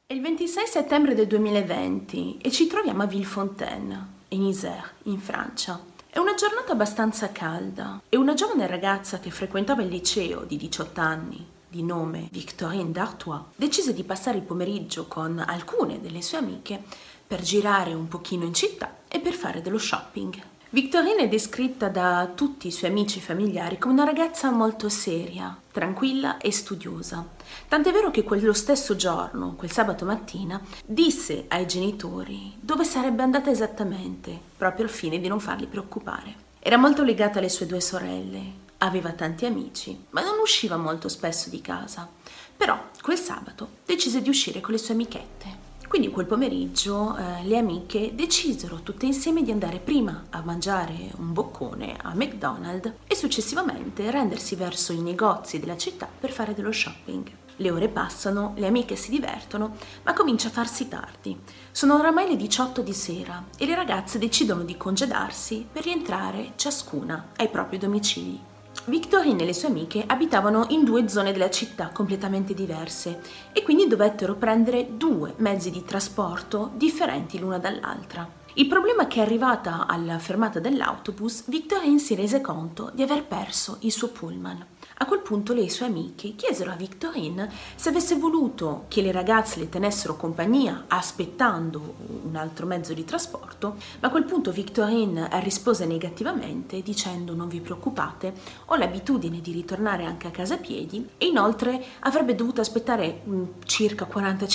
È il 26 settembre del 2020 e ci troviamo a Villefontaine, in Isère, in Francia. È una giornata abbastanza calda e una giovane ragazza che frequentava il liceo di 18 anni, di nome Victorine Dartois, decise di passare il pomeriggio con alcune delle sue amiche per girare un pochino in città e per fare dello shopping. Victorine è descritta da tutti i suoi amici e familiari come una ragazza molto seria, tranquilla e studiosa. Tant'è vero che quello stesso giorno, quel sabato mattina, disse ai genitori dove sarebbe andata esattamente, proprio al fine di non farli preoccupare. Era molto legata alle sue due sorelle, aveva tanti amici, ma non usciva molto spesso di casa. Però quel sabato decise di uscire con le sue amichette. Quindi quel pomeriggio le amiche decisero tutte insieme di andare prima a mangiare un boccone a McDonald's e successivamente rendersi verso i negozi della città per fare dello shopping. Le ore passano, le amiche si divertono, ma comincia a farsi tardi. Sono oramai le 18 di sera e le ragazze decidono di congedarsi per rientrare ciascuna ai propri domicili. Victorine e le sue amiche abitavano in due zone della città completamente diverse e quindi dovettero prendere due mezzi di trasporto differenti l'una dall'altra. Il problema è che arrivata alla fermata dell'autobus, Victorine si rese conto di aver perso il suo pullman. A quel punto le sue amiche chiesero a Victorine se avesse voluto che le ragazze le tenessero compagnia aspettando un altro mezzo di trasporto, ma a quel punto Victorine rispose negativamente dicendo: non vi preoccupate, ho l'abitudine di ritornare anche a casa a piedi e inoltre avrebbe dovuto aspettare circa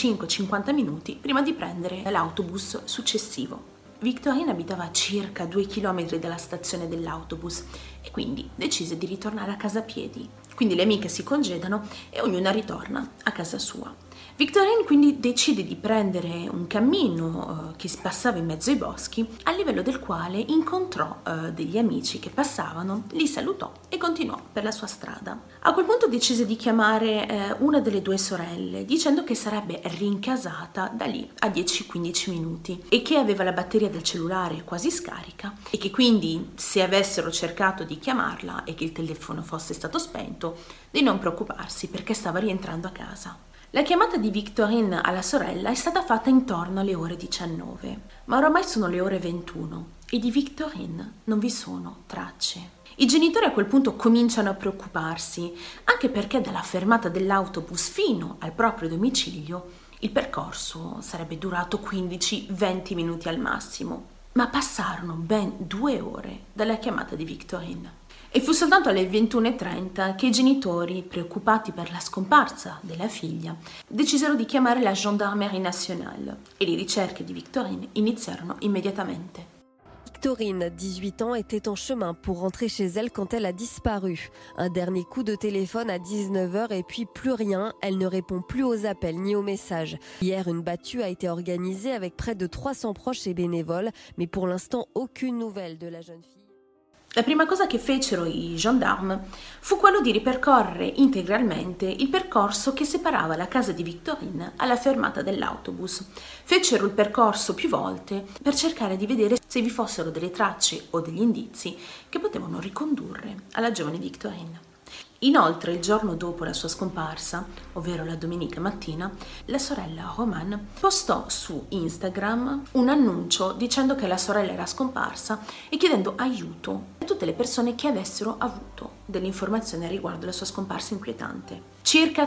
45-50 minuti prima di prendere l'autobus successivo. Victorine abitava a circa 2 chilometri dalla stazione dell'autobus e quindi decise di ritornare a casa a piedi. Quindi le amiche si congedano e ognuna ritorna a casa sua. Victorine quindi decide di prendere un cammino che si passava in mezzo ai boschi, a livello del quale incontrò degli amici che passavano, li salutò e continuò per la sua strada. A quel punto decise di chiamare una delle due sorelle, dicendo che sarebbe rincasata da lì a 10-15 minuti e che aveva la batteria del cellulare quasi scarica e che quindi, se avessero cercato di chiamarla e che il telefono fosse stato spento, di non preoccuparsi perché stava rientrando a casa. La chiamata di Victorine alla sorella è stata fatta intorno alle ore 19, ma oramai sono le ore 21 e di Victorine non vi sono tracce. I genitori a quel punto cominciano a preoccuparsi, anche perché dalla fermata dell'autobus fino al proprio domicilio il percorso sarebbe durato 15-20 minuti al massimo, ma passarono ben 2 ore dalla chiamata di Victorine. E fu soltanto alle 21:30 che i genitori, preoccupati per la scomparsa della figlia, decisero di chiamare la Gendarmerie Nationale e le ricerche di Victorine iniziarono immediatamente. Victorine, 18 ans, était en chemin pour rentrer chez elle quand elle a disparu. Un dernier coup de téléphone à 19h et puis plus rien. Elle ne répond plus aux appels ni aux messages. Hier, une battue a été organisée avec près de 300 proches et bénévoles, mais pour l'instant, aucune nouvelle de la jeune fille. La prima cosa che fecero i gendarme fu quello di ripercorrere integralmente il percorso che separava la casa di Victorine alla fermata dell'autobus. Fecero il percorso più volte per cercare di vedere se vi fossero delle tracce o degli indizi che potevano ricondurre alla giovane Victorine. Inoltre, il giorno dopo la sua scomparsa, ovvero la domenica mattina, la sorella Romane postò su Instagram un annuncio dicendo che la sorella era scomparsa e chiedendo aiuto a tutte le persone che avessero avuto delle informazioni riguardo la sua scomparsa inquietante. Circa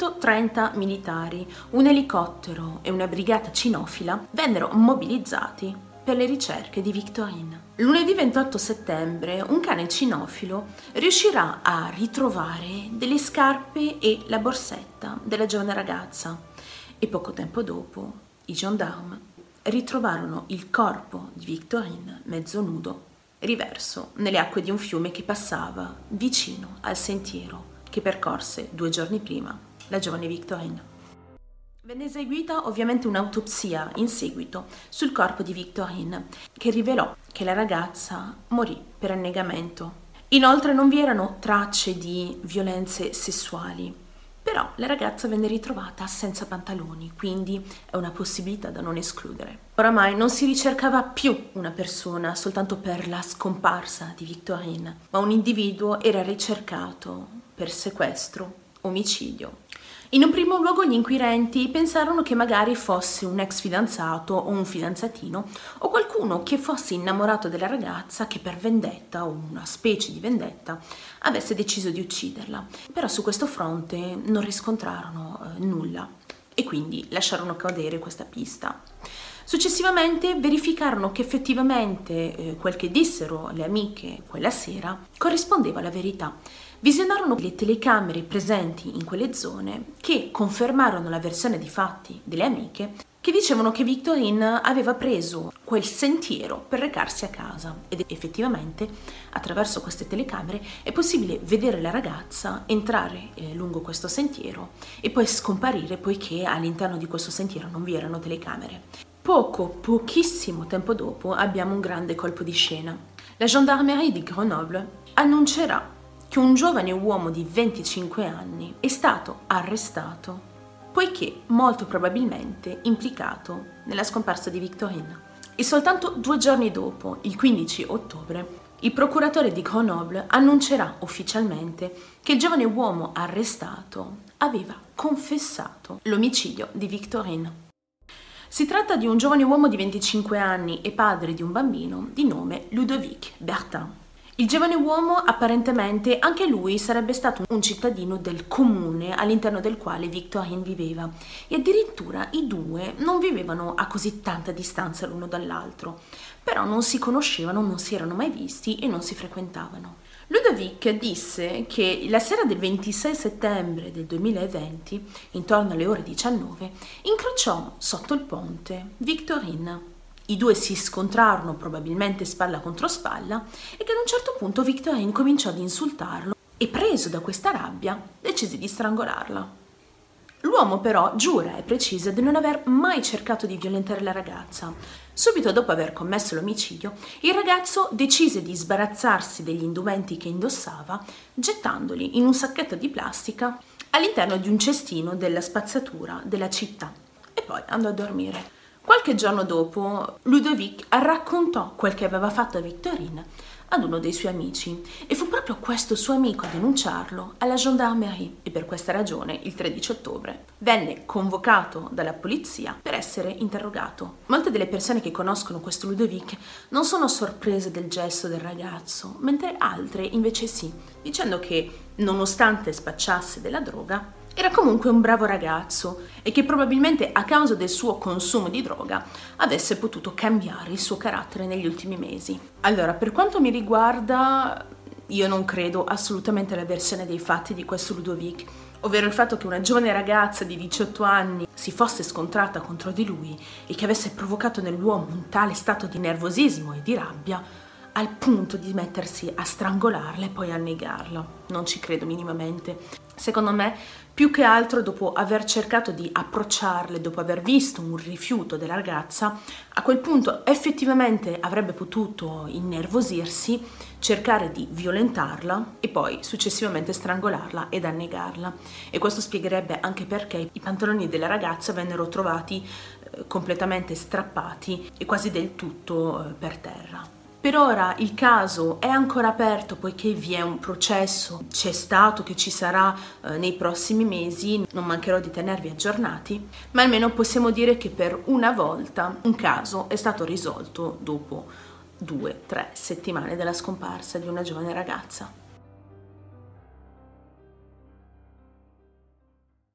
130 militari, un elicottero e una brigata cinofila vennero mobilizzati per le ricerche di Victorine. Lunedì 28 settembre un cane cinofilo riuscirà a ritrovare delle scarpe e la borsetta della giovane ragazza e poco tempo dopo i gendarme ritrovarono il corpo di Victorine mezzo nudo, riverso nelle acque di un fiume che passava vicino al sentiero che percorse 2 giorni prima la giovane Victorine. Venne eseguita ovviamente un'autopsia in seguito sul corpo di Victorine, che rivelò che la ragazza morì per annegamento. Inoltre non vi erano tracce di violenze sessuali, però la ragazza venne ritrovata senza pantaloni, quindi è una possibilità da non escludere. Oramai non si ricercava più una persona soltanto per la scomparsa di Victorine, ma un individuo era ricercato per sequestro, omicidio, In un primo luogo gli inquirenti pensarono che magari fosse un ex fidanzato o un fidanzatino o qualcuno che fosse innamorato della ragazza che per vendetta o una specie di vendetta avesse deciso di ucciderla. Però su questo fronte non riscontrarono nulla e quindi lasciarono cadere questa pista. Successivamente verificarono che effettivamente quel che dissero le amiche quella sera corrispondeva alla verità. Visionarono le telecamere presenti in quelle zone che confermarono la versione di fatti delle amiche che dicevano che Victorine aveva preso quel sentiero per recarsi a casa ed effettivamente attraverso queste telecamere è possibile vedere la ragazza entrare lungo questo sentiero e poi scomparire poiché all'interno di questo sentiero non vi erano telecamere. Pochissimo tempo dopo abbiamo un grande colpo di scena. La gendarmerie di Grenoble annuncerà che un giovane uomo di 25 anni è stato arrestato poiché molto probabilmente implicato nella scomparsa di Victorine. E soltanto 2 giorni dopo, il 15 ottobre, il procuratore di Grenoble annuncerà ufficialmente che il giovane uomo arrestato aveva confessato l'omicidio di Victorine. Si tratta di un giovane uomo di 25 anni e padre di un bambino di nome Ludovic Bertin. Il giovane uomo apparentemente anche lui sarebbe stato un cittadino del comune all'interno del quale Victorine viveva e addirittura i due non vivevano a così tanta distanza l'uno dall'altro, però non si conoscevano, non si erano mai visti e non si frequentavano. Ludovic disse che la sera del 26 settembre del 2020, intorno alle ore 19, incrociò sotto il ponte Victorine. I due si scontrarono probabilmente spalla contro spalla e che ad un certo punto Victorine cominciò ad insultarlo e preso da questa rabbia decise di strangolarla. L'uomo però giura e precisa di non aver mai cercato di violentare la ragazza. Subito dopo aver commesso l'omicidio, il ragazzo decise di sbarazzarsi degli indumenti che indossava gettandoli in un sacchetto di plastica all'interno di un cestino della spazzatura della città e poi andò a dormire. Qualche giorno dopo, Ludovic raccontò quel che aveva fatto a Victorine ad uno dei suoi amici e fu proprio questo suo amico a denunciarlo alla gendarmerie e per questa ragione il 13 ottobre venne convocato dalla polizia per essere interrogato. Molte delle persone che conoscono questo Ludovic non sono sorprese del gesto del ragazzo, mentre altre invece sì, dicendo che nonostante spacciasse della droga era comunque un bravo ragazzo e che probabilmente a causa del suo consumo di droga avesse potuto cambiare il suo carattere negli ultimi mesi. Allora, per quanto mi riguarda, io non credo assolutamente alla versione dei fatti di questo Ludovic, ovvero il fatto che una giovane ragazza di 18 anni si fosse scontrata contro di lui e che avesse provocato nell'uomo un tale stato di nervosismo e di rabbia al punto di mettersi a strangolarla e poi a negarla. Non ci credo minimamente. Secondo me, più che altro dopo aver cercato di approcciarle, dopo aver visto un rifiuto della ragazza, a quel punto effettivamente avrebbe potuto innervosirsi, cercare di violentarla e poi successivamente strangolarla ed annegarla. E questo spiegherebbe anche perché i pantaloni della ragazza vennero trovati completamente strappati e quasi del tutto per terra. Per ora il caso è ancora aperto poiché vi è un processo, c'è stato, che ci sarà nei prossimi mesi, non mancherò di tenervi aggiornati, ma almeno possiamo dire che per una volta un caso è stato risolto dopo 2-3 settimane dalla scomparsa di una giovane ragazza.